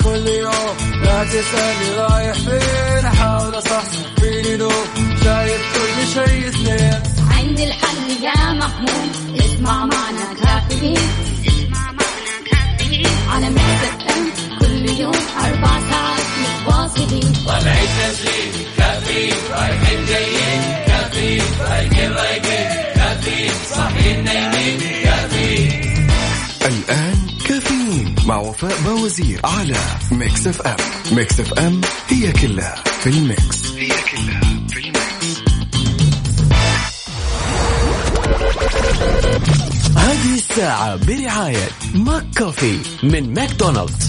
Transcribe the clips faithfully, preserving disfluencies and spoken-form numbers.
كل يوم لا تسألني رايح فين أحاول أصحصح فيني لو شايف كل شيء سنين عندي الحل يا محمود اسمع معنا كافيين اسمع معنا كافيين على ميكس اف ام كل يوم أربع ساعات متواصلين طلعت تسليم كافيين رايحين جايين كافيين رايقين رايقين كافيين صاحيين نايمين كافيين. الآن كافيين مع وفاء باوزير على ميكس اف ام. ميكس اف ام هي كلها في الميكس. هي كلها في الميكس. هذه الساعة برعاية ماك كوفي من ماكدونالدز.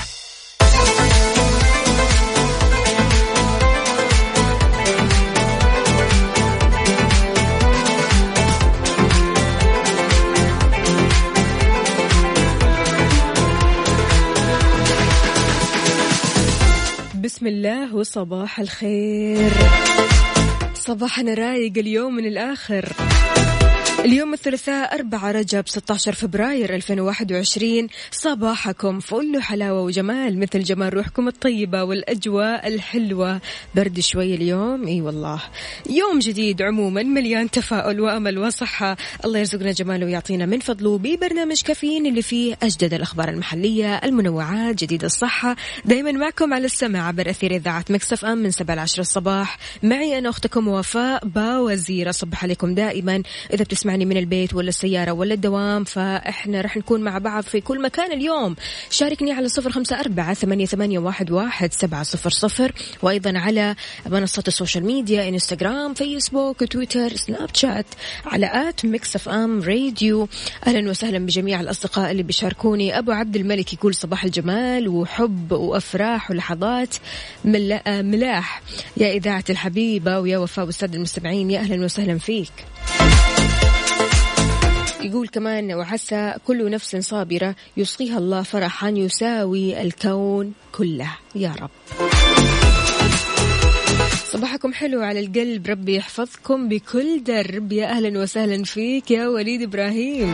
بسم الله وصباح الخير. صباحنا رايق اليوم من الآخر. اليوم الثلاثاء أربعة رجب ستة عشر فبراير ألفين وواحد وعشرين. صباحكم فل حلاوة وجمال مثل جمال روحكم الطيبة والأجواء الحلوة. برد شوي اليوم اي والله. يوم جديد عموما مليان تفاؤل وأمل وصحة. الله يرزقنا جماله ويعطينا من فضله ببرنامج كافيين اللي فيه أجدد الأخبار المحلية المنوعات جديد الصحة. دايما معكم على السماع عبر أثير إذاعة ميكس اف ام من سبعة لعشرة الصباح. معي أنا أختكم وفاء باوزير. أصبح عليكم دائما إذا بتسمعني من البيت ولا السيارة ولا الدوام، فإحنا رح نكون مع بعض في كل مكان اليوم. شاركني على صفر خمسة أربعة ثمانية ثمانية واحد واحد سبعة صفر صفر، وأيضا على منصات السوشيال ميديا إنستغرام فيسبوك تويتر سناب شات على آت ميكس اف ام راديو. أهلا وسهلا بجميع الأصدقاء اللي بيشاركوني. أبو عبد الملك يقول صباح الجمال وحب وأفراح ولحظات ملاح يا إذاعة الحبيبة ويا وفاء والسادة المستمعين، يا أهلا وسهلا فيك. يقول كمان وعسى كل نفس صابرة يسقيها الله فرحا يساوي الكون كله يا رب. صباحكم حلو على القلب، ربي يحفظكم بكل درب. يا أهلا وسهلا فيك يا وليد إبراهيم.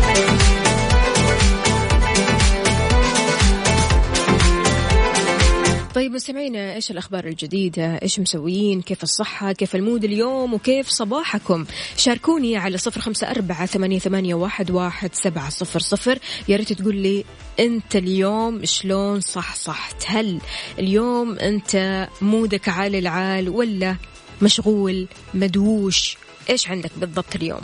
طيب مستمعينا، إيش الأخبار الجديدة؟ إيش مسويين؟ كيف الصحة؟ كيف المود اليوم؟ وكيف صباحكم؟ شاركوني على صفر خمسة أربعة ثمانية ثمانية واحد واحد سبعة صفر صفر. يا ريت تقول لي أنت اليوم شلون صح صحت؟ هل اليوم أنت مودك عال العال ولا مشغول مدووش؟ إيش عندك بالضبط اليوم؟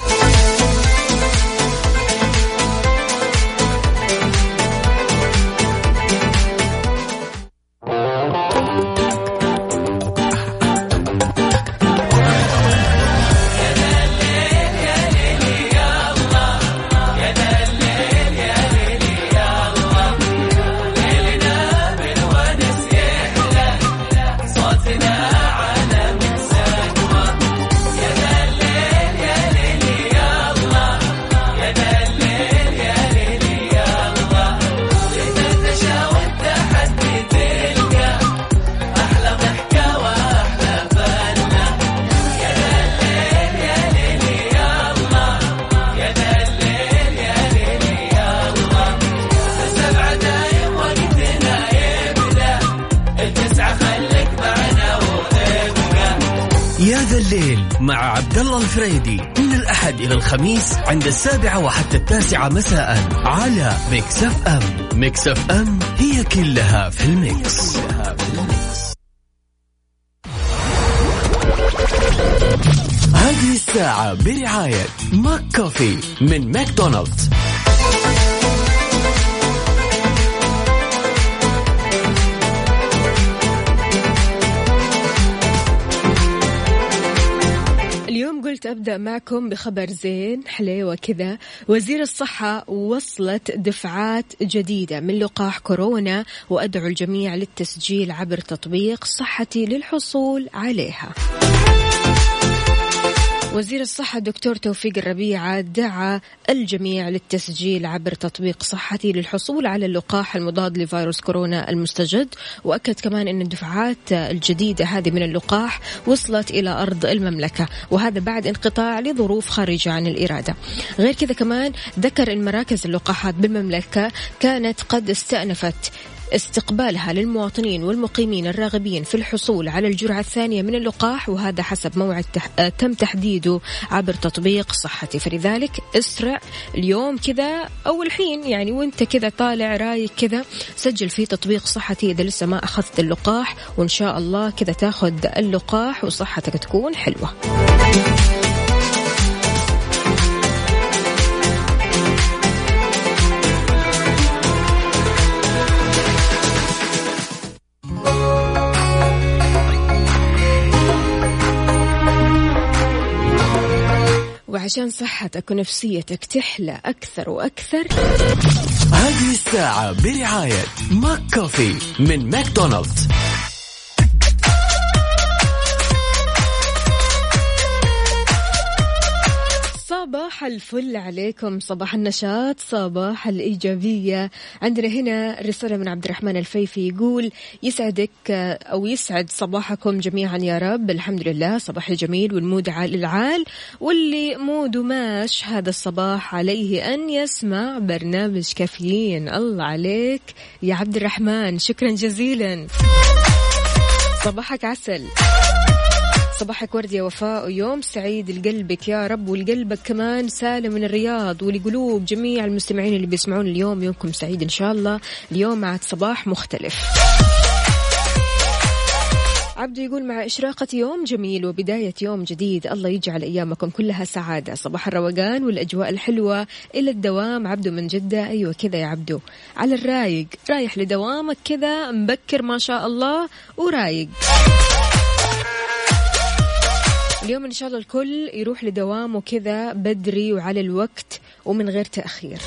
الليل مع عبد الله الفريدي من الأحد إلى الخميس عند السابعة وحتى التاسعة مساء على ميكس اف ام. ميكس اف ام هي كلها في الميكس. هذه الساعة برعاية ماك كوفي من ماكدونالدز. قلت أبدأ معكم بخبر زين حليوة كذا. وزير الصحة وصلت دفعات جديدة من لقاح كورونا، وأدعو الجميع للتسجيل عبر تطبيق صحتي للحصول عليها. وزير الصحة الدكتور توفيق الربيعة دعا الجميع للتسجيل عبر تطبيق صحتي للحصول على اللقاح المضاد لفيروس كورونا المستجد، وأكد كمان أن الدفعات الجديدة هذه من اللقاح وصلت إلى أرض المملكة، وهذا بعد انقطاع لظروف خارجة عن الإرادة. غير كذا كمان ذكر أن مراكز اللقاحات بالمملكة كانت قد استأنفت استقبالها للمواطنين والمقيمين الراغبين في الحصول على الجرعة الثانية من اللقاح، وهذا حسب موعد تح... تم تحديده عبر تطبيق صحتي. فلذلك اسرع اليوم كذا أو الحين يعني وانت كذا طالع رايك كذا، سجل في تطبيق صحتي إذا لسه ما أخذت اللقاح، وإن شاء الله كذا تاخذ اللقاح وصحتك تكون حلوة. وعشان صحتك ونفسيتك تحلى أكثر وأكثر، هذه الساعة برعاية ماك كوفي من ماكدونالدز. صباح الفل عليكم، صباح النشاط، صباح الإيجابية. عندنا هنا رسالة من عبد الرحمن الفيفي يقول يسعدك أو يسعد صباحكم جميعا يا رب. الحمد لله صباح الجميل والمود عال العال، واللي موده ماش هذا الصباح عليه أن يسمع برنامج كافيين. الله عليك يا عبد الرحمن، شكرا جزيلا، صباحك عسل، صباحك ورد يا وفاء، ويوم سعيد لقلبك يا رب، والقلبك كمان سالم من الرياض، ولقلوب جميع المستمعين اللي بيسمعون اليوم يومكم سعيد إن شاء الله. اليوم عاد صباح مختلف. عبد يقول مع إشراقة يوم جميل وبداية يوم جديد، الله يجعل أيامكم كلها سعادة، صباح الروقان والأجواء الحلوة إلى الدوام. عبدو من جدة، أيوة كذا يا عبدو، على الرايق، رايح لدوامك كذا مبكر ما شاء الله ورايق. اليوم إن شاء الله الكل يروح لدوامه كذا بدري وعلى الوقت ومن غير تأخير.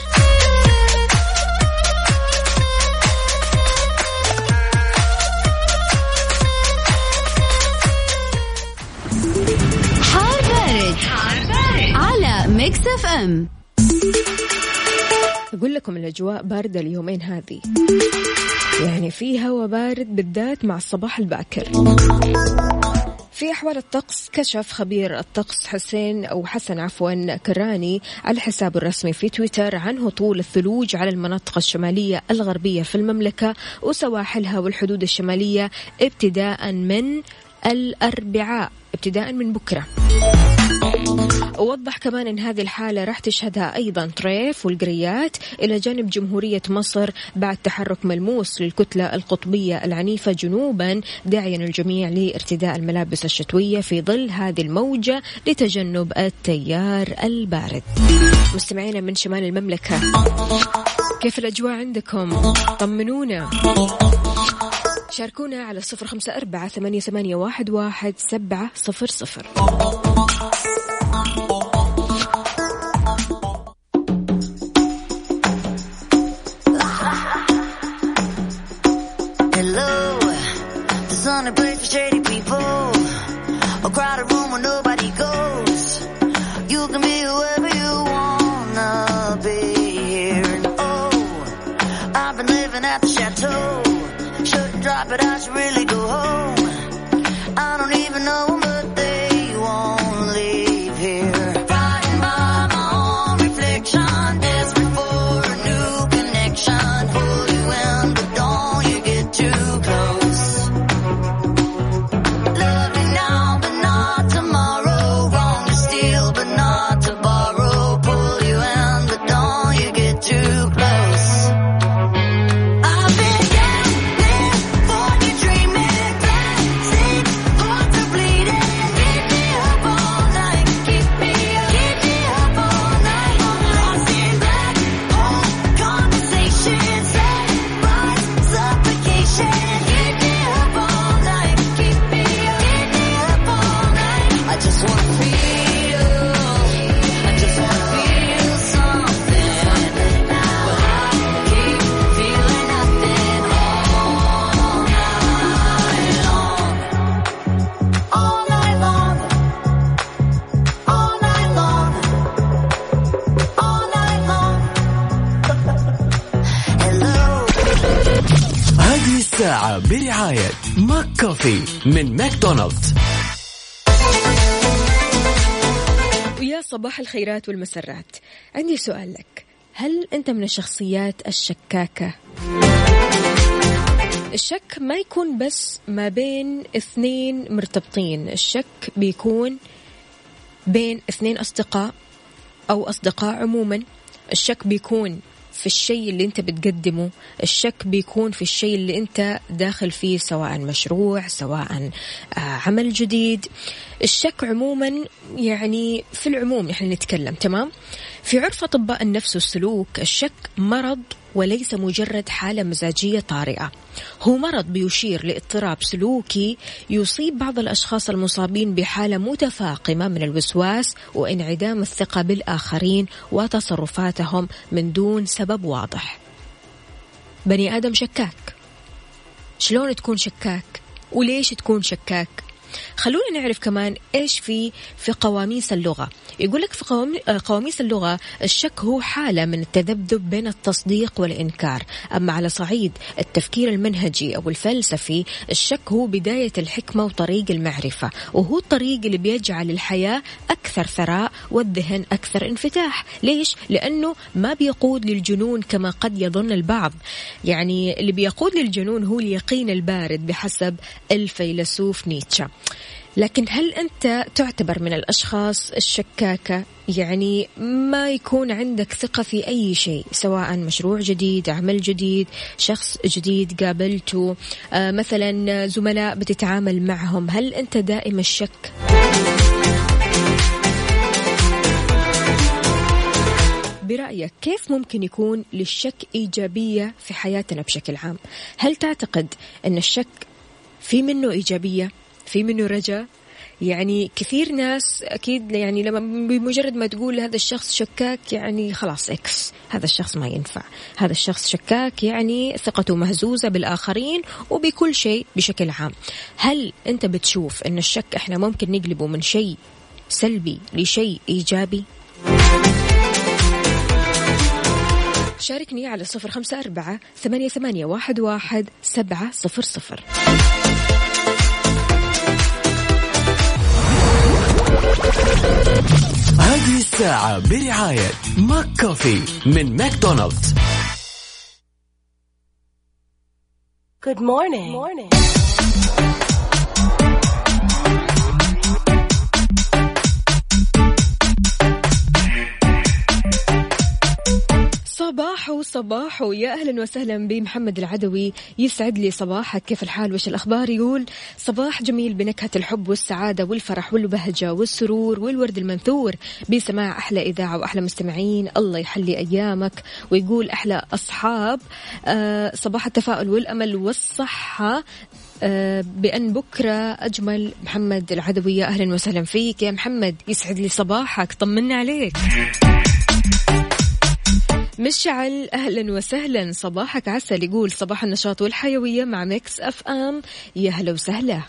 حار بارد, حار بارد على ميكس اف ام. أقول لكم الأجواء باردة اليومين هذه، يعني في هوا بارد بالذات مع الصباح الباكر. في أحوال الطقس كشف خبير الطقس حسين أو حسن عفوا كراني على حسابه الرسمي في تويتر عن هطول الثلوج على المناطق الشمالية الغربية في المملكة وسواحلها والحدود الشمالية ابتداء من الأربعاء، ابتداء من بكرة. ووضح كمان أن هذه الحالة راح تشهدها أيضا طريف والقريات إلى جانب جمهورية مصر بعد تحرك ملموس للكتلة القطبية العنيفة جنوبا، داعيا الجميع لارتداء الملابس الشتوية في ظل هذه الموجة لتجنب التيار البارد. مستمعينا من شمال المملكة، كيف الأجواء عندكم؟ طمنونا، شاركونا على صفر خمسة أربعة ثمانية ثمانية واحد واحد سبعة صفر صفر. A place for shady people, a crowded room where nobody goes. You can be whoever you wanna be here. And oh, I've been living at the chateau. Shouldn't drop it, I should really go home. I don't even know them, but they won't leave here. Riding by my own reflection, desperate for a new connection. Pull you in, but don't you get too close. برعاية ماك كوفي من ماكدونالدز. ويا صباح الخيرات والمسرات، عندي سؤال لك، هل أنت من الشخصيات الشكاكة الشك ما يكون بس ما بين اثنين مرتبطين، الشك بيكون بين اثنين أصدقاء أو أصدقاء عموما، الشك بيكون في الشيء اللي انت بتقدمه، الشك بيكون في الشيء اللي انت داخل فيه، سواء مشروع سواء عمل جديد. الشك عموما يعني في العموم نحن نتكلم تمام. في عرف أطباء النفس والسلوك الشك مرض وليس مجرد حالة مزاجية طارئة، هو مرض بيشير لاضطراب سلوكي يصيب بعض الأشخاص المصابين بحالة متفاقمة من الوسواس وانعدام الثقة بالآخرين وتصرفاتهم من دون سبب واضح. بني آدم شكاك، شلون تكون شكاك وليش تكون شكاك؟ خلونا نعرف كمان إيش في في قواميس اللغة. يقول لك في قواميس اللغة الشك هو حالة من التذبذب بين التصديق والإنكار. أما على صعيد التفكير المنهجي أو الفلسفي الشك هو بداية الحكمة وطريق المعرفة، وهو الطريق اللي بيجعل الحياة أكثر ثراء والذهن أكثر انفتاح. ليش؟ لأنه ما بيقود للجنون كما قد يظن البعض. يعني اللي بيقود للجنون هو اليقين البارد بحسب الفيلسوف نيتشه. لكن هل أنت تعتبر من الأشخاص الشكاكة؟ يعني ما يكون عندك ثقة في أي شيء، سواء مشروع جديد، عمل جديد، شخص جديد قابلته، آه مثلا زملاء بتتعامل معهم، هل أنت دائم الشك؟ برأيك كيف ممكن يكون للشك إيجابية في حياتنا بشكل عام؟ هل تعتقد أن الشك في منه إيجابية، في منه رجاء؟ يعني كثير ناس أكيد يعني لما بمجرد ما تقول هذا الشخص شكاك يعني خلاص إكس، هذا الشخص ما ينفع، هذا الشخص شكاك يعني ثقته مهزوزة بالآخرين وبكل شيء بشكل عام. هل أنت بتشوف أن الشك إحنا ممكن نقلبه من شيء سلبي لشيء إيجابي؟ شاركني على صفر خمسة أربعة ثمانية ثمانية واحد واحد سبعة صفر صفر. هذه الساعة برعاية ماك كوفي من ماكدونالدز. Good morning. Good morning. صباحو صباحو، يا أهلا وسهلا بمحمد العدوي، يسعد لي صباحك، كيف الحال وش الأخبار؟ يقول صباح جميل بنكهة الحب والسعادة والفرح والبهجة والسرور والورد المنثور بسماع أحلى إذاعة وأحلى مستمعين، الله يحلي أيامك. ويقول أحلى أصحاب، آه صباح التفاؤل والأمل والصحة، آه بأن بكرة أجمل. محمد العدوي يا أهلا وسهلا فيك يا محمد، يسعد لي صباحك، طمنا عليك. مشعل أهلا وسهلا، صباحك عسل، يقول صباح النشاط والحيوية مع ميكس أف أم، يا هلا وسهلا.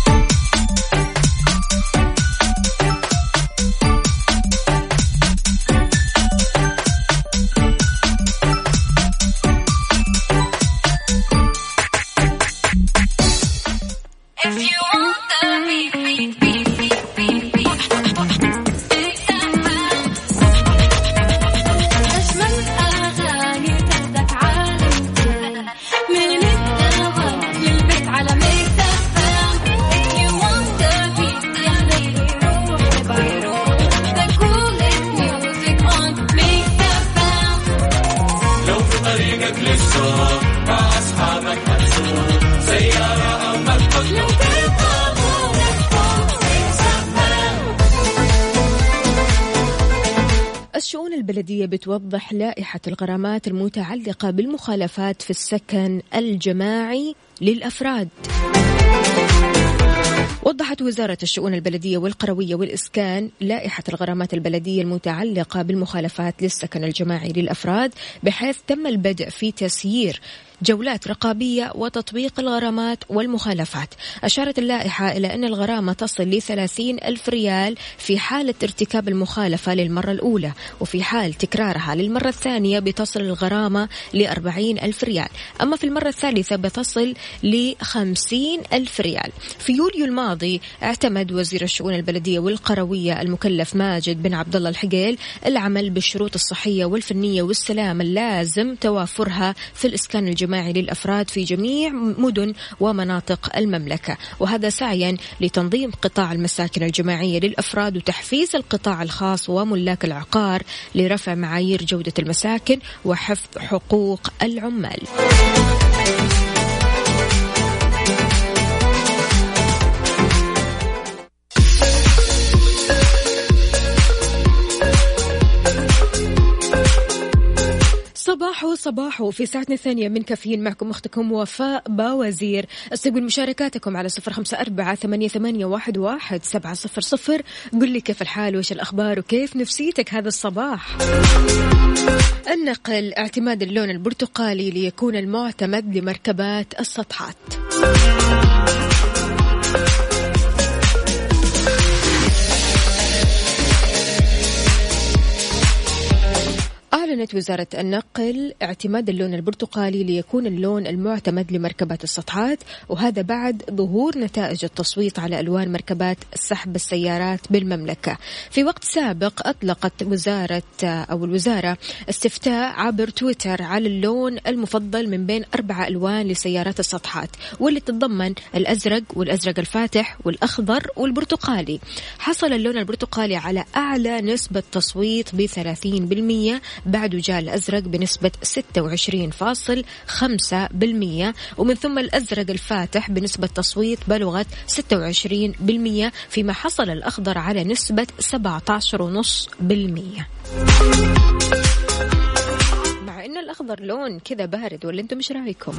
الشؤون البلدية بتوضح لائحة الغرامات المتعلقة بالمخالفات في السكن الجماعي للأفراد. وضحت وزارة الشؤون البلدية والقروية والإسكان لائحة الغرامات البلدية المتعلقة بالمخالفات للسكن الجماعي للأفراد، بحيث تم البدء في تسيير جولات رقابية وتطبيق الغرامات والمخالفات. أشارت اللائحة إلى أن الغرامة تصل لثلاثين ألف ريال في حالة ارتكاب المخالفة للمرة الأولى، وفي حال تكرارها للمرة الثانية بتصل الغرامة لأربعين ألف ريال، أما في المرة الثالثة بتصل لخمسين ألف ريال. في يوليو الماضي اعتمد وزير الشؤون البلدية والقروية المكلف ماجد بن عبد الله الحقيل العمل بالشروط الصحية والفنية والسلام اللازم توافرها في الإسكان الجماعي الجماعي للأفراد في جميع مدن ومناطق المملكة، وهذا سعيا لتنظيم قطاع المساكن الجماعية للأفراد وتحفيز القطاع الخاص وملاك العقار لرفع معايير جودة المساكن وحفظ حقوق العمال. صباحو صباحو في ساعتنا الثانية من كافيين، معكم أختكم وفاء باوزير. استقبل مشاركاتكم على صفر خمسة أربعة ثمانية ثمانية واحد واحد سبعة صفر صفر. قل لي كيف الحال وإيش الأخبار وكيف نفسيتك هذا الصباح. النقل اعتماد اللون البرتقالي ليكون المعتمد لمركبات السطحات. أعلنت وزارة النقل اعتماد اللون البرتقالي ليكون اللون المعتمد لمركبات السطحات، وهذا بعد ظهور نتائج التصويت على ألوان مركبات سحب السيارات بالمملكة. في وقت سابق أطلقت وزارة أو الوزارة استفتاء عبر تويتر على اللون المفضل من بين أربع ألوان لسيارات السطحات، واللي تتضمن الأزرق والأزرق الفاتح والأخضر والبرتقالي. حصل اللون البرتقالي على أعلى نسبة تصويت بثلاثين بالمئة، بعده جاء الأزرق بنسبة ستة وعشرين فاصلة خمسة بالمئة، ومن ثم الأزرق الفاتح بنسبة تصويت بلغت ستة وعشرين بالمئة، فيما حصل الأخضر على نسبة سبعة عشر فاصلة خمسة بالمئة. مع إن الأخضر لون كذا بارد، ولا أنتم مش رأيكم؟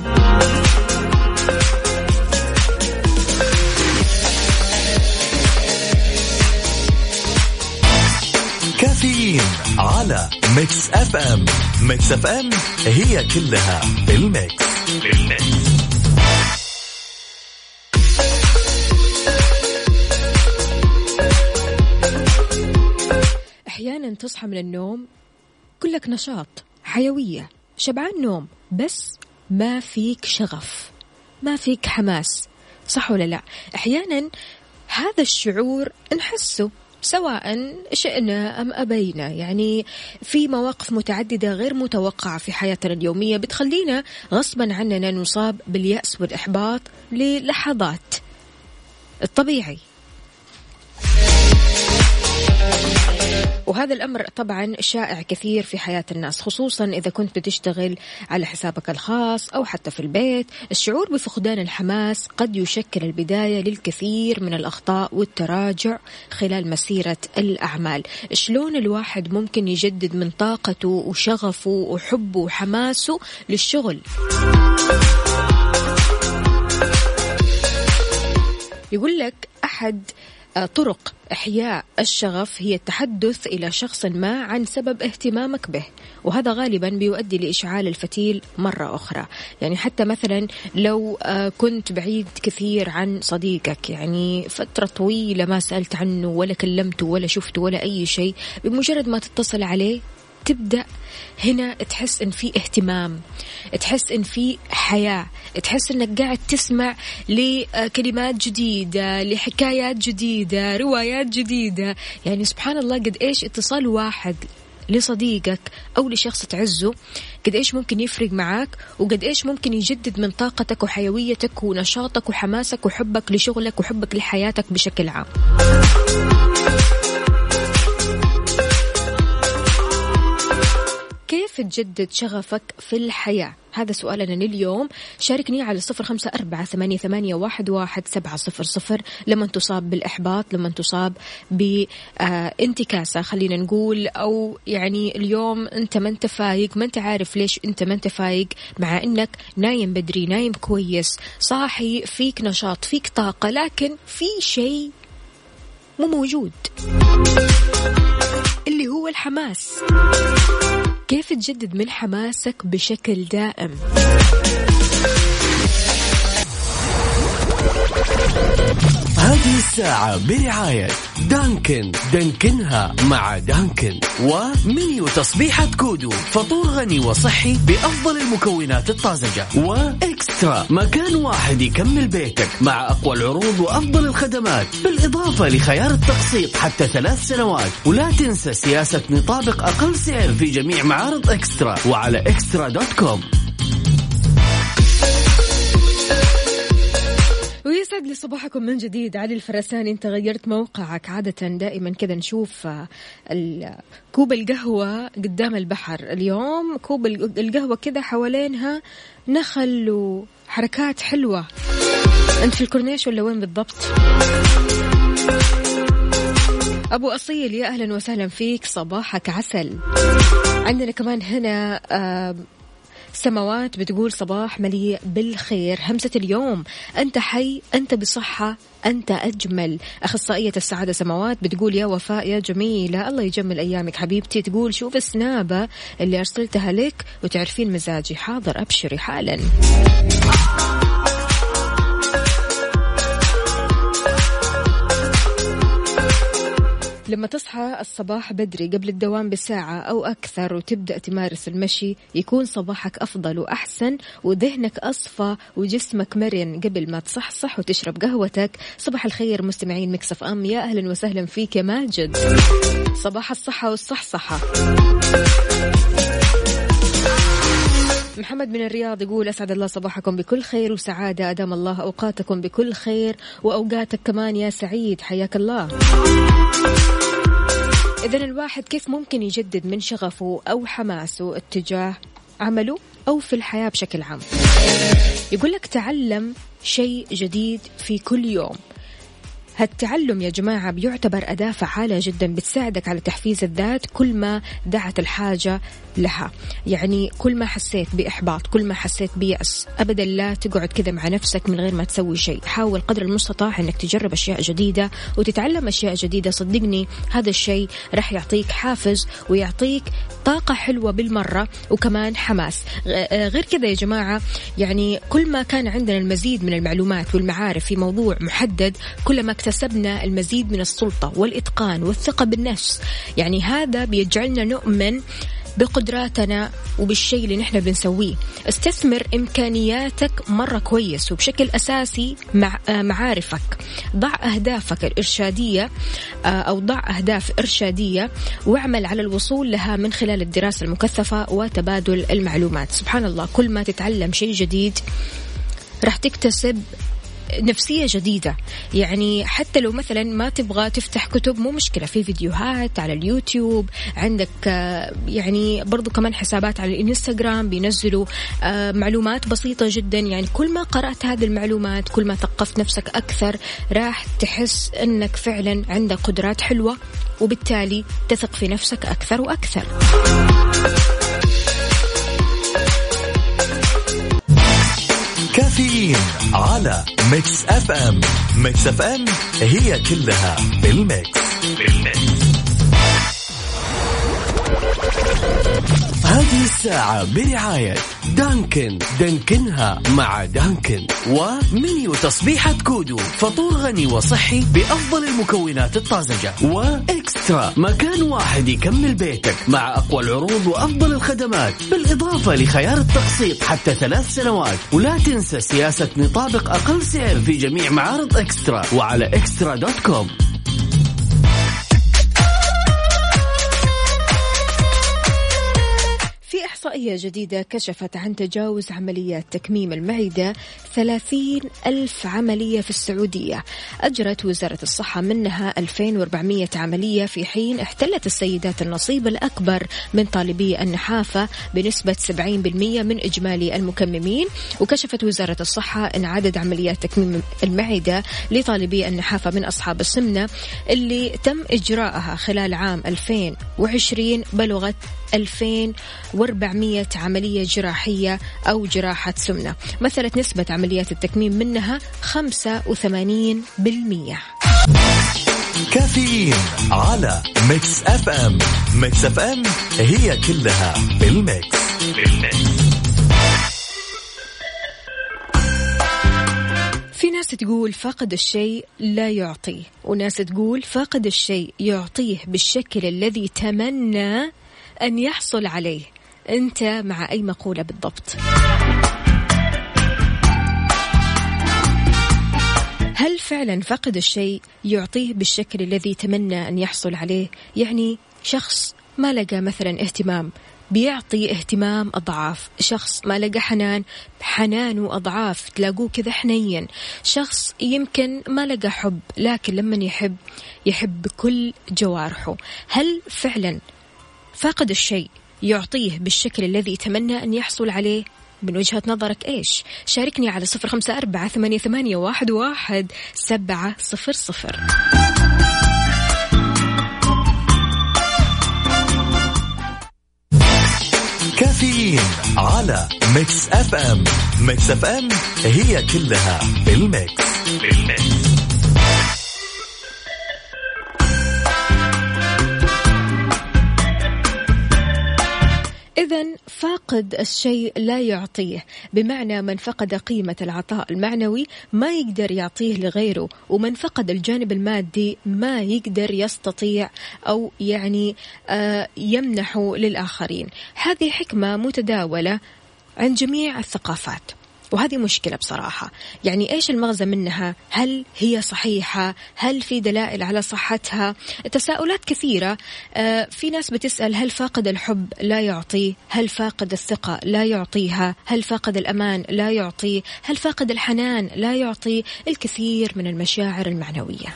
كافيين على ميكس اف ام. ميكس اف ام هي كلها بالميكس. بالميكس. احيانا تصحى من النوم كلك نشاط، حيوية، شبعان نوم، بس ما فيك شغف، ما فيك حماس، صح ولا لا؟ احيانا هذا الشعور نحسه سواء شئنا أم أبينا، يعني في مواقف متعددة غير متوقعة في حياتنا اليومية بتخلينا غصبا عننا نصاب باليأس والإحباط للحظات. الطبيعي. وهذا الأمر طبعا شائع كثير في حياة الناس، خصوصا إذا كنت بتشتغل على حسابك الخاص أو حتى في البيت. الشعور بفقدان الحماس قد يشكل البداية للكثير من الأخطاء والتراجع خلال مسيرة الأعمال. شلون الواحد ممكن يجدد من طاقته وشغفه وحبه وحماسه للشغل؟ يقول لك أحد طرق إحياء الشغف هي التحدث إلى شخص ما عن سبب اهتمامك به، وهذا غالبا بيؤدي لإشعال الفتيل مرة أخرى. يعني حتى مثلا لو كنت بعيد كثير عن صديقك، يعني فترة طويلة ما سألت عنه ولا كلمته ولا شفته ولا أي شيء، بمجرد ما تتصل عليه تبدأ هنا تحس إن في اهتمام، تحس إن في حياة، تحس إنك قاعد تسمع لكلمات جديدة، لحكايات جديدة، روايات جديدة. يعني سبحان الله قد إيش اتصال واحد لصديقك أو لشخص تعزه قد إيش ممكن يفرق معاك، وقد إيش ممكن يجدد من طاقتك وحيويتك ونشاطك وحماسك وحبك لشغلك وحبك لحياتك بشكل عام. كيف تجدد شغفك في الحياة؟ هذا سؤالنا لليوم. شاركني على صفر خمسة أربعة ثمانية ثمانية واحد واحد سبعة صفر صفر. لما تصاب بالإحباط، لما تصاب بانتكاسة خلينا نقول، أو يعني اليوم أنت ما أنت فايق، ما أنت عارف ليش أنت ما أنت فايق، مع أنك نايم بدري، نايم كويس، صاحي، فيك نشاط، فيك طاقة، لكن في شيء مو موجود اللي هو الحماس. كيف تجدد من حماسك بشكل دائم؟ هذه الساعة برعاية دانكن. دانكنها مع دانكن. ومنيو تصبيحة كودو، فطور غني وصحي بأفضل المكونات الطازجة. وإكسترا، مكان واحد يكمل بيتك مع أقوى العروض وأفضل الخدمات، بالإضافة لخيار التقسيط حتى ثلاث سنوات. ولا تنسى سياسة نطابق أقل سعر في جميع معارض إكسترا وعلى إكسترا دوت كوم. يسعد لي صباحكم من جديد. علي الفرساني، انت غيرت موقعك. عادة دائما كذا نشوف كوب القهوة قدام البحر، اليوم كوب القهوة كذا حوالينها نخل وحركات حلوة. انت في الكورنيش ولا وين بالضبط؟ أبو أصيل، يا أهلا وسهلا فيك، صباحك عسل. عندنا كمان هنا آه سماوات بتقول صباح مليء بالخير. همسة اليوم، أنت حي، أنت بصحة، أنت أجمل. أخصائية السعادة سماوات بتقول يا وفاء يا جميلة، الله يجمل أيامك حبيبتي. تقول شوف السنابة اللي أرسلتها لك وتعرفين مزاجي. حاضر، أبشري حالا. لما تصحى الصباح بدري قبل الدوام بساعة أو أكثر وتبدأ تمارس المشي، يكون صباحك أفضل وأحسن وذهنك أصفى وجسمك مرن قبل ما تصحصح وتشرب قهوتك. صباح الخير مستمعين مكسف أم، يا أهلا وسهلا فيك يا ماجد. صباح الصحة والصحصحة. محمد من الرياض يقول أسعد الله صباحكم بكل خير وسعادة، أدام الله أوقاتكم بكل خير وأوقاتك كمان يا سعيد، حياك الله. إذن الواحد كيف ممكن يجدد من شغفه أو حماسه اتجاه عمله أو في الحياة بشكل عام؟ يقول لك تعلم شيء جديد في كل يوم. هالتعلم يا جماعة بيعتبر أداة فعالة جدا بتساعدك على تحفيز الذات كل ما دعت الحاجة لها. يعني كل ما حسيت بإحباط، كل ما حسيت بيأس، أبدا لا تقعد كذا مع نفسك من غير ما تسوي شيء. حاول قدر المستطاع أنك تجرب أشياء جديدة وتتعلم أشياء جديدة. صدقني هذا الشيء رح يعطيك حافز ويعطيك طاقة حلوة بالمرة وكمان حماس. غير كذا يا جماعة، يعني كل ما كان عندنا المزيد من المعلومات والمعارف في موضوع محدد، كلما اكتسبنا المزيد من السلطة والإتقان والثقة بالنفس. يعني هذا بيجعلنا نؤمن بقدراتنا وبالشيء اللي نحن بنسويه. استثمر إمكانياتك مرة كويس وبشكل أساسي مع معارفك. ضع أهدافك الإرشادية أو ضع أهداف إرشادية واعمل على الوصول لها من خلال الدراسة المكثفة وتبادل المعلومات. سبحان الله، كل ما تتعلم شيء جديد راح تكتسب نفسية جديدة. يعني حتى لو مثلا ما تبغى تفتح كتب، مو مشكلة، في فيديوهات على اليوتيوب، عندك يعني برضو كمان حسابات على الانستغرام بينزلوا معلومات بسيطة جدا. يعني كل ما قرأت هذه المعلومات، كل ما ثقفت نفسك أكثر، راح تحس أنك فعلا عندك قدرات حلوة وبالتالي تثق في نفسك أكثر وأكثر. كافيين على ميكس اف ام. ميكس اف ام هي كلها بالميكس. هذه الساعة برعاية دانكن، دانكنها مع دانكن، ومنيو تصبيحة كودو، فطور غني وصحي بأفضل المكونات الطازجة، وإكسترا، مكان واحد يكمل بيتك مع أقوى العروض وأفضل الخدمات، بالإضافة لخيار التقسيط حتى ثلاث سنوات. ولا تنسى سياسة نطابق أقل سعر في جميع معارض إكسترا وعلى إكسترا دوت كوم. إحصائية جديدة كشفت عن تجاوز عمليات تكميم المعدة ثلاثين ألف عملية في السعودية. أجرت وزارة الصحة منها ألفين وأربعمائة عملية، في حين احتلت السيدات النصيب الأكبر من طالبي النحافة بنسبة سبعين بالمئة من إجمالي المكممين. وكشفت وزارة الصحة أن عدد عمليات تكميم المعدة لطالبي النحافة من أصحاب السمنة اللي تم إجراءها خلال عام ألفين وعشرين بلغت ألفين وأربعمائة عملية جراحية أو جراحة سمنة. مثلت نسبة عمليات التكميم منها خمسة وثمانين بالمئة. كافيين على ميكس اف ام. ميكس اف ام هي كلها بالميكس. في ناس تقول فاقد الشيء لا يعطيه، وناس تقول فاقد الشيء يعطيه بالشكل الذي تمنى أن يحصل عليه. أنت مع أي مقولة بالضبط؟ هل فعلا فقد الشيء يعطيه بالشكل الذي تمنى أن يحصل عليه؟ يعني شخص ما لقى مثلا اهتمام بيعطي اهتمام أضعاف. شخص ما لقى حنان، حنانه أضعاف، تلاقوه كذا حنين. شخص يمكن ما لقى حب، لكن لما يحب يحب بكل جوارحه. هل فعلا فاقد الشيء يعطيه بالشكل الذي يتمنى أن يحصل عليه؟ من وجهة نظرك إيش؟ شاركني على صفر خمسة أربعة ثمانية ثمانية واحد واحد سبعة صفر صفر. كافيين على ميكس اف ام. ميكس اف ام هي كلها بالميكس. بالميكس. إذن فاقد الشيء لا يعطيه، بمعنى من فقد قيمة العطاء المعنوي ما يقدر يعطيه لغيره، ومن فقد الجانب المادي ما يقدر يستطيع أو يعني آه يمنحه للآخرين. هذه حكمة متداولة عند جميع الثقافات، وهذه مشكلة بصراحة. يعني إيش المغزى منها؟ هل هي صحيحة؟ هل في دلائل على صحتها؟ تساؤلات كثيرة. آه في ناس بتسأل هل فاقد الحب لا يعطيه؟ هل فاقد الثقة لا يعطيها؟ هل فاقد الأمان لا يعطيه؟ هل فاقد الحنان لا يعطي؟ الكثير من المشاعر المعنوية.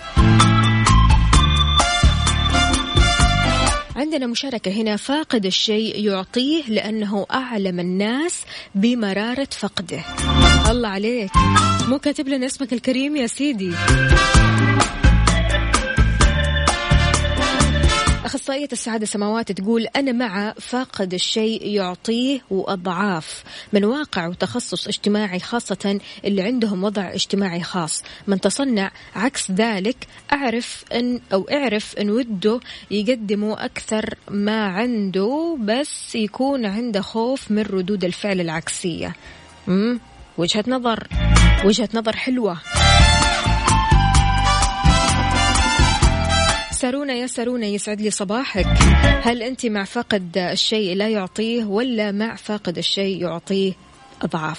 عندنا مشاركة هنا، فاقد الشيء يعطيه لأنه أعلم الناس بمرارة فقده. الله عليك، مو كاتب لنا اسمك الكريم يا سيدي. أخصائية السعادة سماوات تقول أنا مع فاقد الشيء يعطيه وأضعاف، من واقع وتخصص اجتماعي، خاصة اللي عندهم وضع اجتماعي خاص. من تصنع عكس ذلك أعرف أن أو أعرف أن وده يقدموا أكثر ما عنده، بس يكون عنده خوف من ردود الفعل العكسية. مم. وجهة نظر، وجهة نظر حلوة. سارونا يا سارونا، يسعد لي صباحك. هل أنت مع فاقد الشيء لا يعطيه ولا مع فاقد الشيء يعطيه أضعاف؟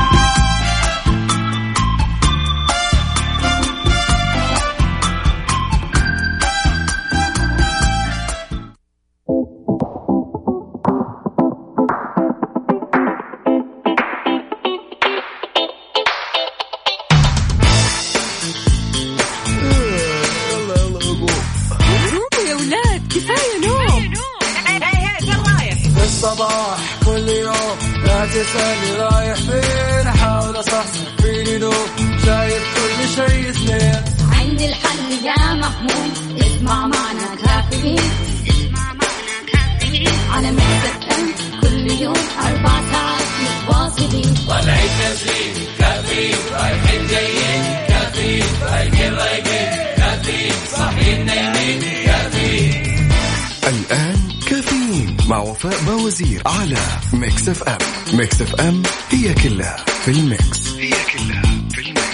الصباح كل يوم لا تسألني رايح فين، أحاول أصحصح فيني نوم، شايف كل شيء سنين. عندي الحل يا محمود، اسمع معنا كافيين، اسمع معنا كافيين على ميكس اف ام. كل يوم أربع ساعات متواصلين، طلعت تسليم كافيين، رايحين جايين كافيين، رايقين رايقين كافيين، صاحيين نايمين كافيين. الآن كافيين مع وفاء باوزير على ميكس اف ام. ميكس اف ام هي كلها في الميكس. هي كلها في الميكس.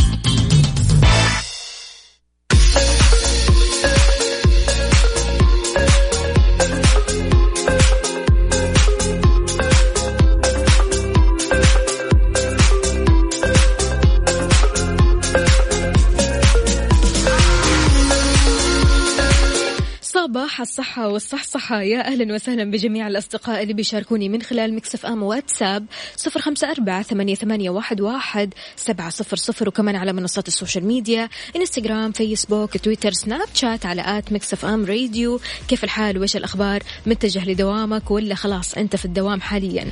صباح الصحة والصحصحة، يا أهلا وسهلا بجميع الأصدقاء اللي بيشاركوني من خلال ميكس اف ام واتساب صفر خمسة أربعة ثمانية ثمانية واحد واحد سبعة صفر صفر، وكمان على منصات السوشيال ميديا إنستغرام فيسبوك تويتر سناب شات على آت ميكس اف ام راديو. كيف الحال وإيش الأخبار؟ متجه لدوامك ولا خلاص أنت في الدوام حاليا؟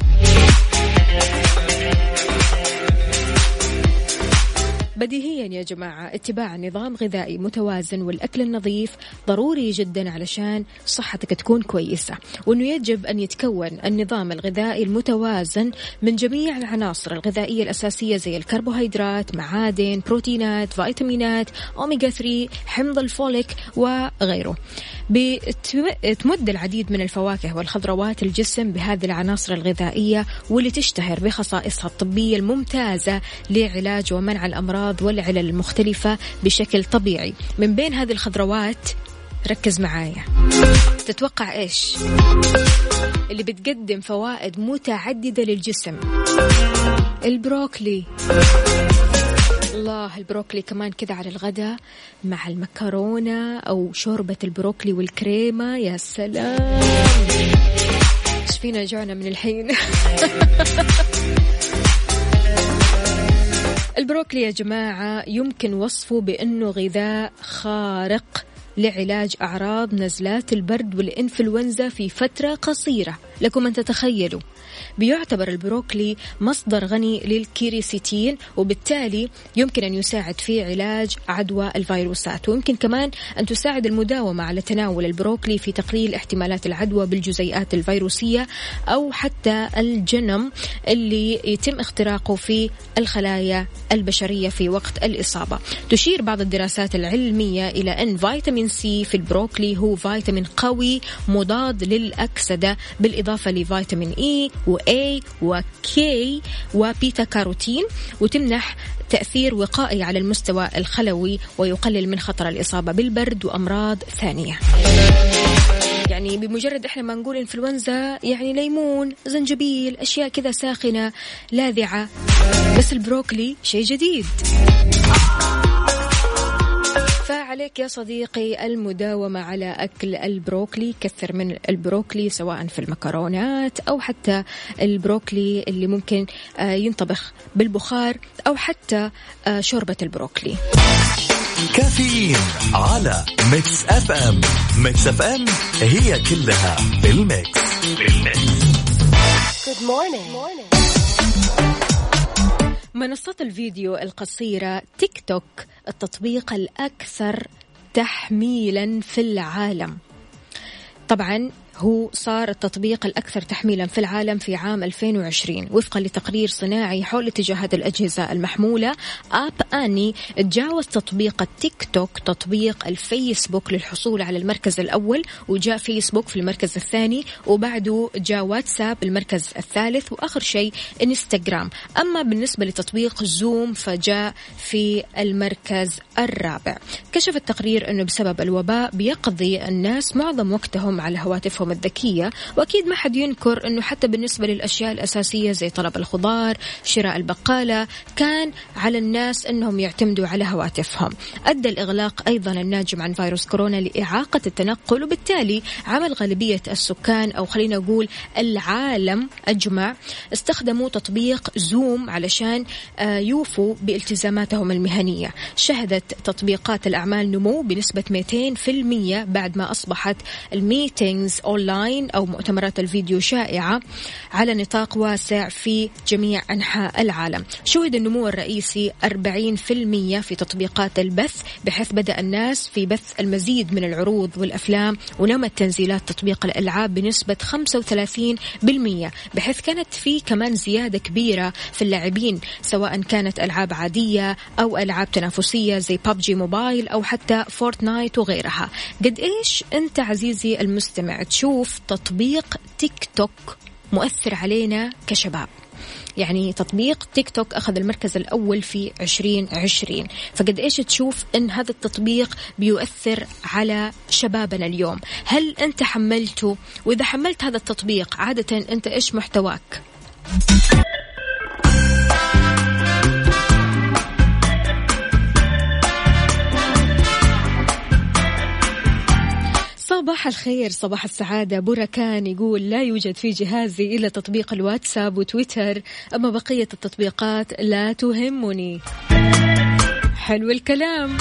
بديهيا يا جماعة اتباع نظام غذائي متوازن والأكل النظيف ضروري جدا علشان صحتك تكون كويسة، وأنه يجب أن يتكون النظام الغذائي المتوازن من جميع العناصر الغذائية الأساسية زي الكربوهيدرات، معادن، بروتينات، فيتامينات، أوميجا ثلاثة، حمض الفوليك وغيره. بتمد العديد من الفواكه والخضروات الجسم بهذه العناصر الغذائية واللي تشتهر بخصائصها الطبية الممتازة لعلاج ومنع الأمراض والعلل المختلفة بشكل طبيعي. من بين هذه الخضروات ركز معايا، تتوقع إيش اللي بتقدم فوائد متعددة للجسم؟ البروكلي. الله، البروكلي كمان كذا على الغداء مع المكرونة أو شوربة البروكلي والكريمة، يا سلام. فينا جوعنا من الحين. البروكلي يا جماعة يمكن وصفه بأنه غذاء خارق لعلاج أعراض نزلات البرد والإنفلونزا في فترة قصيرة. لكم أن تتخيلوا، بيعتبر البروكلي مصدر غني للكيريسيتين، وبالتالي يمكن أن يساعد في علاج عدوى الفيروسات، ويمكن كمان أن تساعد المداومة على تناول البروكلي في تقليل احتمالات العدوى بالجزيئات الفيروسية أو حتى الجنم اللي يتم اختراقه في الخلايا البشرية في وقت الإصابة. تشير بعض الدراسات العلمية إلى أن فيتامين سي في البروكلي هو فيتامين قوي مضاد للأكسدة، بالإضافة لفيتامين إي وA وكي وبيتا كاروتين، وتمنح تأثير وقائي على المستوى الخلوي ويقلل من خطر الإصابة بالبرد وأمراض ثانية. يعني بمجرد إحنا ما نقول إنفلونزا يعني ليمون، زنجبيل، أشياء كذا ساخنة لاذعة، بس البروكلي شيء جديد. فعليك يا صديقي المداومة على أكل البروكلي. كثر من البروكلي سواء في المكرونات أو حتى البروكلي اللي ممكن ينطبخ بالبخار أو حتى شوربة البروكلي. كافيين على ميكس أف أم. ميكس أف أم هي كلها بالميكس. Good morning. منصات الفيديو القصيرة تيك توك التطبيق الأكثر تحميلا في العالم. طبعا هو صار التطبيق الأكثر تحميلا في العالم في عام ألفين وعشرين وفقا لتقرير صناعي حول اتجاهات الأجهزة المحمولة. آب آني تجاوز تطبيق التيك توك تطبيق الفيسبوك للحصول على المركز الأول، وجاء فيسبوك في المركز الثاني، وبعده جاء واتساب المركز الثالث، وآخر شيء إنستغرام. أما بالنسبة لتطبيق زوم فجاء في المركز الرابع. كشف التقرير أنه بسبب الوباء بيقضي الناس معظم وقتهم على هواتفهم الذكية، وأكيد ما حد ينكر أنه حتى بالنسبة للأشياء الأساسية زي طلب الخضار، شراء البقالة، كان على الناس أنهم يعتمدوا على هواتفهم. أدى الإغلاق أيضا الناجم عن فيروس كورونا لإعاقة التنقل، وبالتالي عمل غالبية السكان أو خلينا نقول العالم أجمع استخدموا تطبيق زوم علشان يوفوا بالتزاماتهم المهنية. شهدت تطبيقات الأعمال نمو بنسبة مئتين بالمئة بعد ما أصبحت الميتينجز أونلاين أو مؤتمرات الفيديو شائعة على نطاق واسع في جميع أنحاء العالم. شهد النمو الرئيسي أربعين بالمئة في تطبيقات البث، بحيث بدأ الناس في بث المزيد من العروض والأفلام، ونمت تنزيلات تطبيق الألعاب بنسبة خمسة وثلاثين بالمئة، بحيث كانت في كمان زيادة كبيرة في اللاعبين سواء كانت ألعاب عادية أو ألعاب تنافسية زي بابجي موبايل أو حتى فورتنايت وغيرها. قد إيش أنت عزيزي المستمع تشوف تطبيق تيك توك مؤثر علينا كشباب؟ يعني تطبيق تيك توك أخذ المركز الأول في عشرين عشرين، فقد إيش تشوف إن هذا التطبيق بيؤثر على شبابنا اليوم؟ هل أنت حملته؟ وإذا حملت هذا التطبيق عادة أنت إيش محتواك؟ صباح الخير، صباح السعادة. بركان يقول لا يوجد في جهازي إلا تطبيق الواتساب وتويتر، أما بقية التطبيقات لا تهمني. حلو الكلام.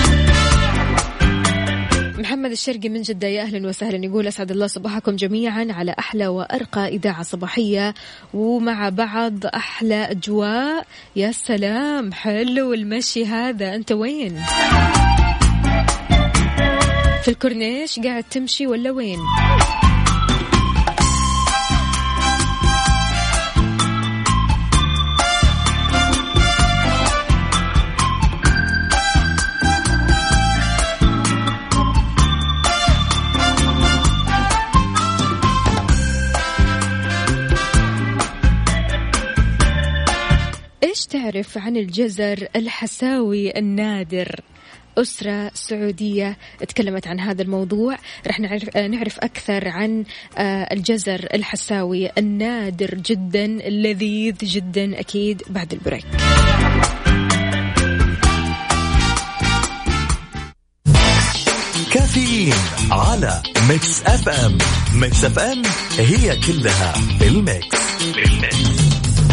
محمد الشرقي من جدة يا أهلا وسهلا، يقول أسعد الله صباحكم جميعا على أحلى وأرقى إذاعة صباحية ومع بعض أحلى أجواء. يا سلام، حلو المشي هذا. أنت وين؟ في الكورنيش قاعد تمشي ولا وين؟ إيش تعرف عن الجزر الحساوي النادر؟ أسرة سعودية تكلمت عن هذا الموضوع. رح نعرف, نعرف أكثر عن الجزر الحساوي النادر جدا اللذيذ جدا أكيد بعد البريك. كافيين كافيين على ميكس اف ام. ميكس اف ام هي كلها بالميكس. بالميكس.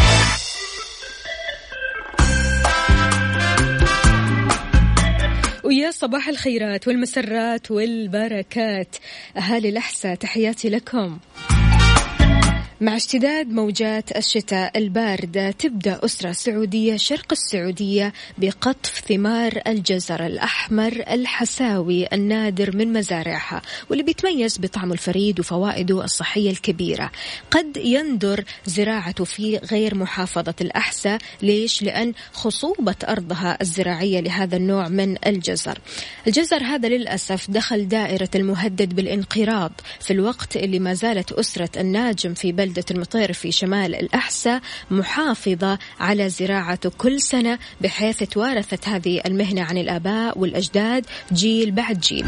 ويا صباح الخيرات والمسرات والبركات أهالي الأحساء، تحياتي لكم. مع اشتداد موجات الشتاء الباردة تبدأ أسرة سعودية شرق السعودية بقطف ثمار الجزر الأحمر الحساوي النادر من مزارعها، واللي بيتميز بطعمه الفريد وفوائده الصحية الكبيرة. قد يندر زراعته في غير محافظة الأحساء. ليش؟ لأن خصوبة أرضها الزراعية لهذا النوع من الجزر. الجزر هذا للأسف دخل دائرة المهدد بالانقراض في الوقت اللي ما زالت أسرة الناجم في بلد المطير في شمال الأحساء محافظة على زراعته كل سنة، بحيث توارثت هذه المهنة عن الآباء والأجداد جيل بعد جيل.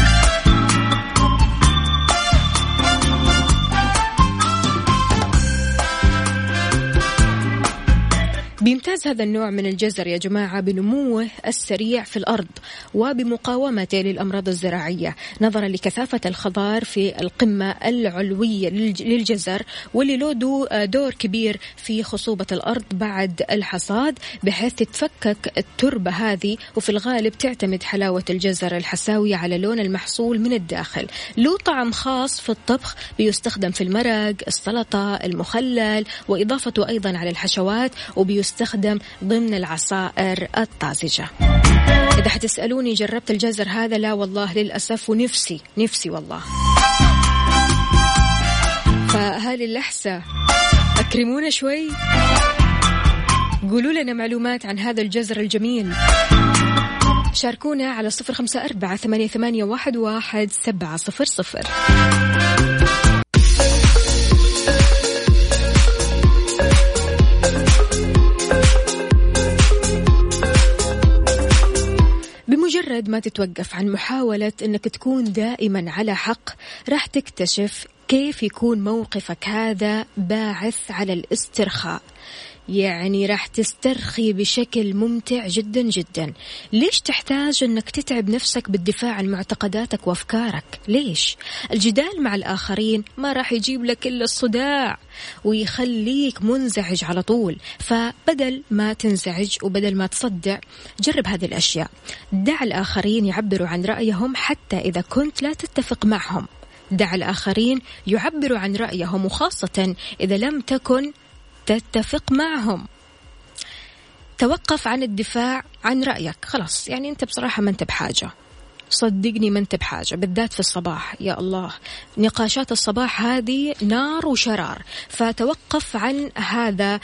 بيمتاز هذا النوع من الجزر يا جماعة بنموه السريع في الأرض وبمقاومته للأمراض الزراعية، نظرا لكثافة الخضار في القمة العلوية للجزر، واللي له دور كبير في خصوبة الأرض بعد الحصاد، بحيث تتفكك التربة هذه. وفي الغالب تعتمد حلاوة الجزر الحساوي على لون المحصول من الداخل. له طعم خاص في الطبخ، بيستخدم في المرق، السلطة، المخلل، وإضافته أيضا على الحشوات، وبيستخدم يستخدم ضمن العصائر الطازجة. إذا حتسألوني جربت الجزر هذا؟ لا والله للأسف، ونفسي نفسي والله. فأهالي الأحساء أكرمونا شوي، قولوا لنا معلومات عن هذا الجزر الجميل. شاركونا على صفر خمسة أربعة ثمانية ثمانية واحد واحد سبعة صفر صفر. بمجرد ما تتوقف عن محاولة أنك تكون دائما على حق، راح تكتشف كيف يكون موقفك هذا باعث على الاسترخاء. يعني راح تسترخي بشكل ممتع جدا جدا. ليش تحتاج أنك تتعب نفسك بالدفاع عن معتقداتك وأفكارك؟ ليش؟ الجدال مع الآخرين ما راح يجيب لك إلا الصداع ويخليك منزعج على طول. فبدل ما تنزعج وبدل ما تصدع، جرب هذه الأشياء. دع الآخرين يعبروا عن رأيهم حتى إذا كنت لا تتفق معهم. دع الآخرين يعبروا عن رأيهم، وخاصة إذا لم تكن تتفق معهم. توقف عن الدفاع عن رأيك. خلاص، يعني أنت بصراحة ما أنت بحاجة، صدقني ما أنت بحاجة، بالذات في الصباح. يا الله، نقاشات الصباح هذه نار وشرار. فتوقف عن هذا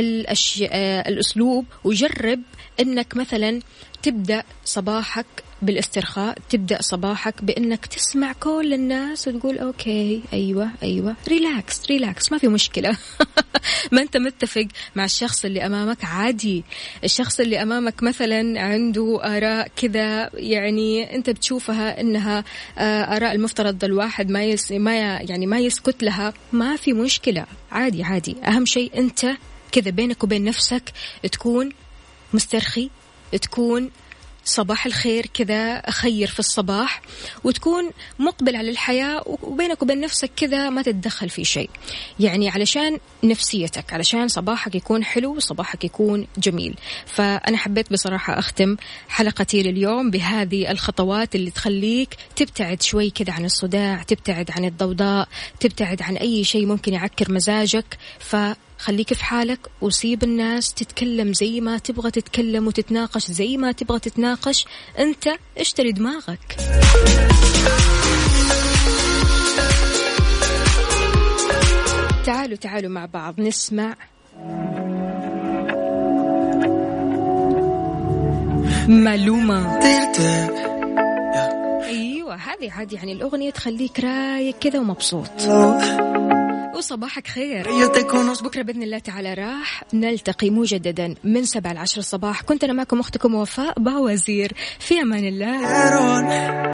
الأسلوب، وجرب أنك مثلا تبدأ صباحك بالاسترخاء. تبدأ صباحك بأنك تسمع كل الناس وتقول أوكي أيوة أيوة ريلاكس ريلاكس، ما في مشكلة. ما أنت متفق مع الشخص اللي أمامك، عادي. الشخص اللي أمامك مثلا عنده آراء كذا، يعني أنت بتشوفها إنها آراء المفترض الواحد ما يس ما يعني ما يسكت لها، ما في مشكلة، عادي عادي. أهم شيء أنت كذا بينك وبين نفسك تكون مسترخي، تكون صباح الخير كذا، خير في الصباح، وتكون مقبل على الحياة، وبينك وبين نفسك كذا ما تتدخل في شيء، يعني علشان نفسيتك، علشان صباحك يكون حلو وصباحك يكون جميل. فأنا حبيت بصراحة أختم حلقتي لليوم بهذه الخطوات اللي تخليك تبتعد شوي كذا عن الصداع، تبتعد عن الضوضاء، تبتعد عن أي شيء ممكن يعكر مزاجك. ف خليك في حالك وسيب الناس تتكلم زي ما تبغى تتكلم وتتناقش زي ما تبغى تتناقش. أنت اشتري دماغك. تعالوا تعالوا مع بعض نسمع معلومة. أيوة، هذه هذه يعني الأغنية تخليك رايق كذا ومبسوط. وصباحك خير. بكرة بإذن الله تعالى راح نلتقي مجددا من سبعة لعشر الصباح. كنت أنا معكم أختكم وفاء باوزير، في أمان الله.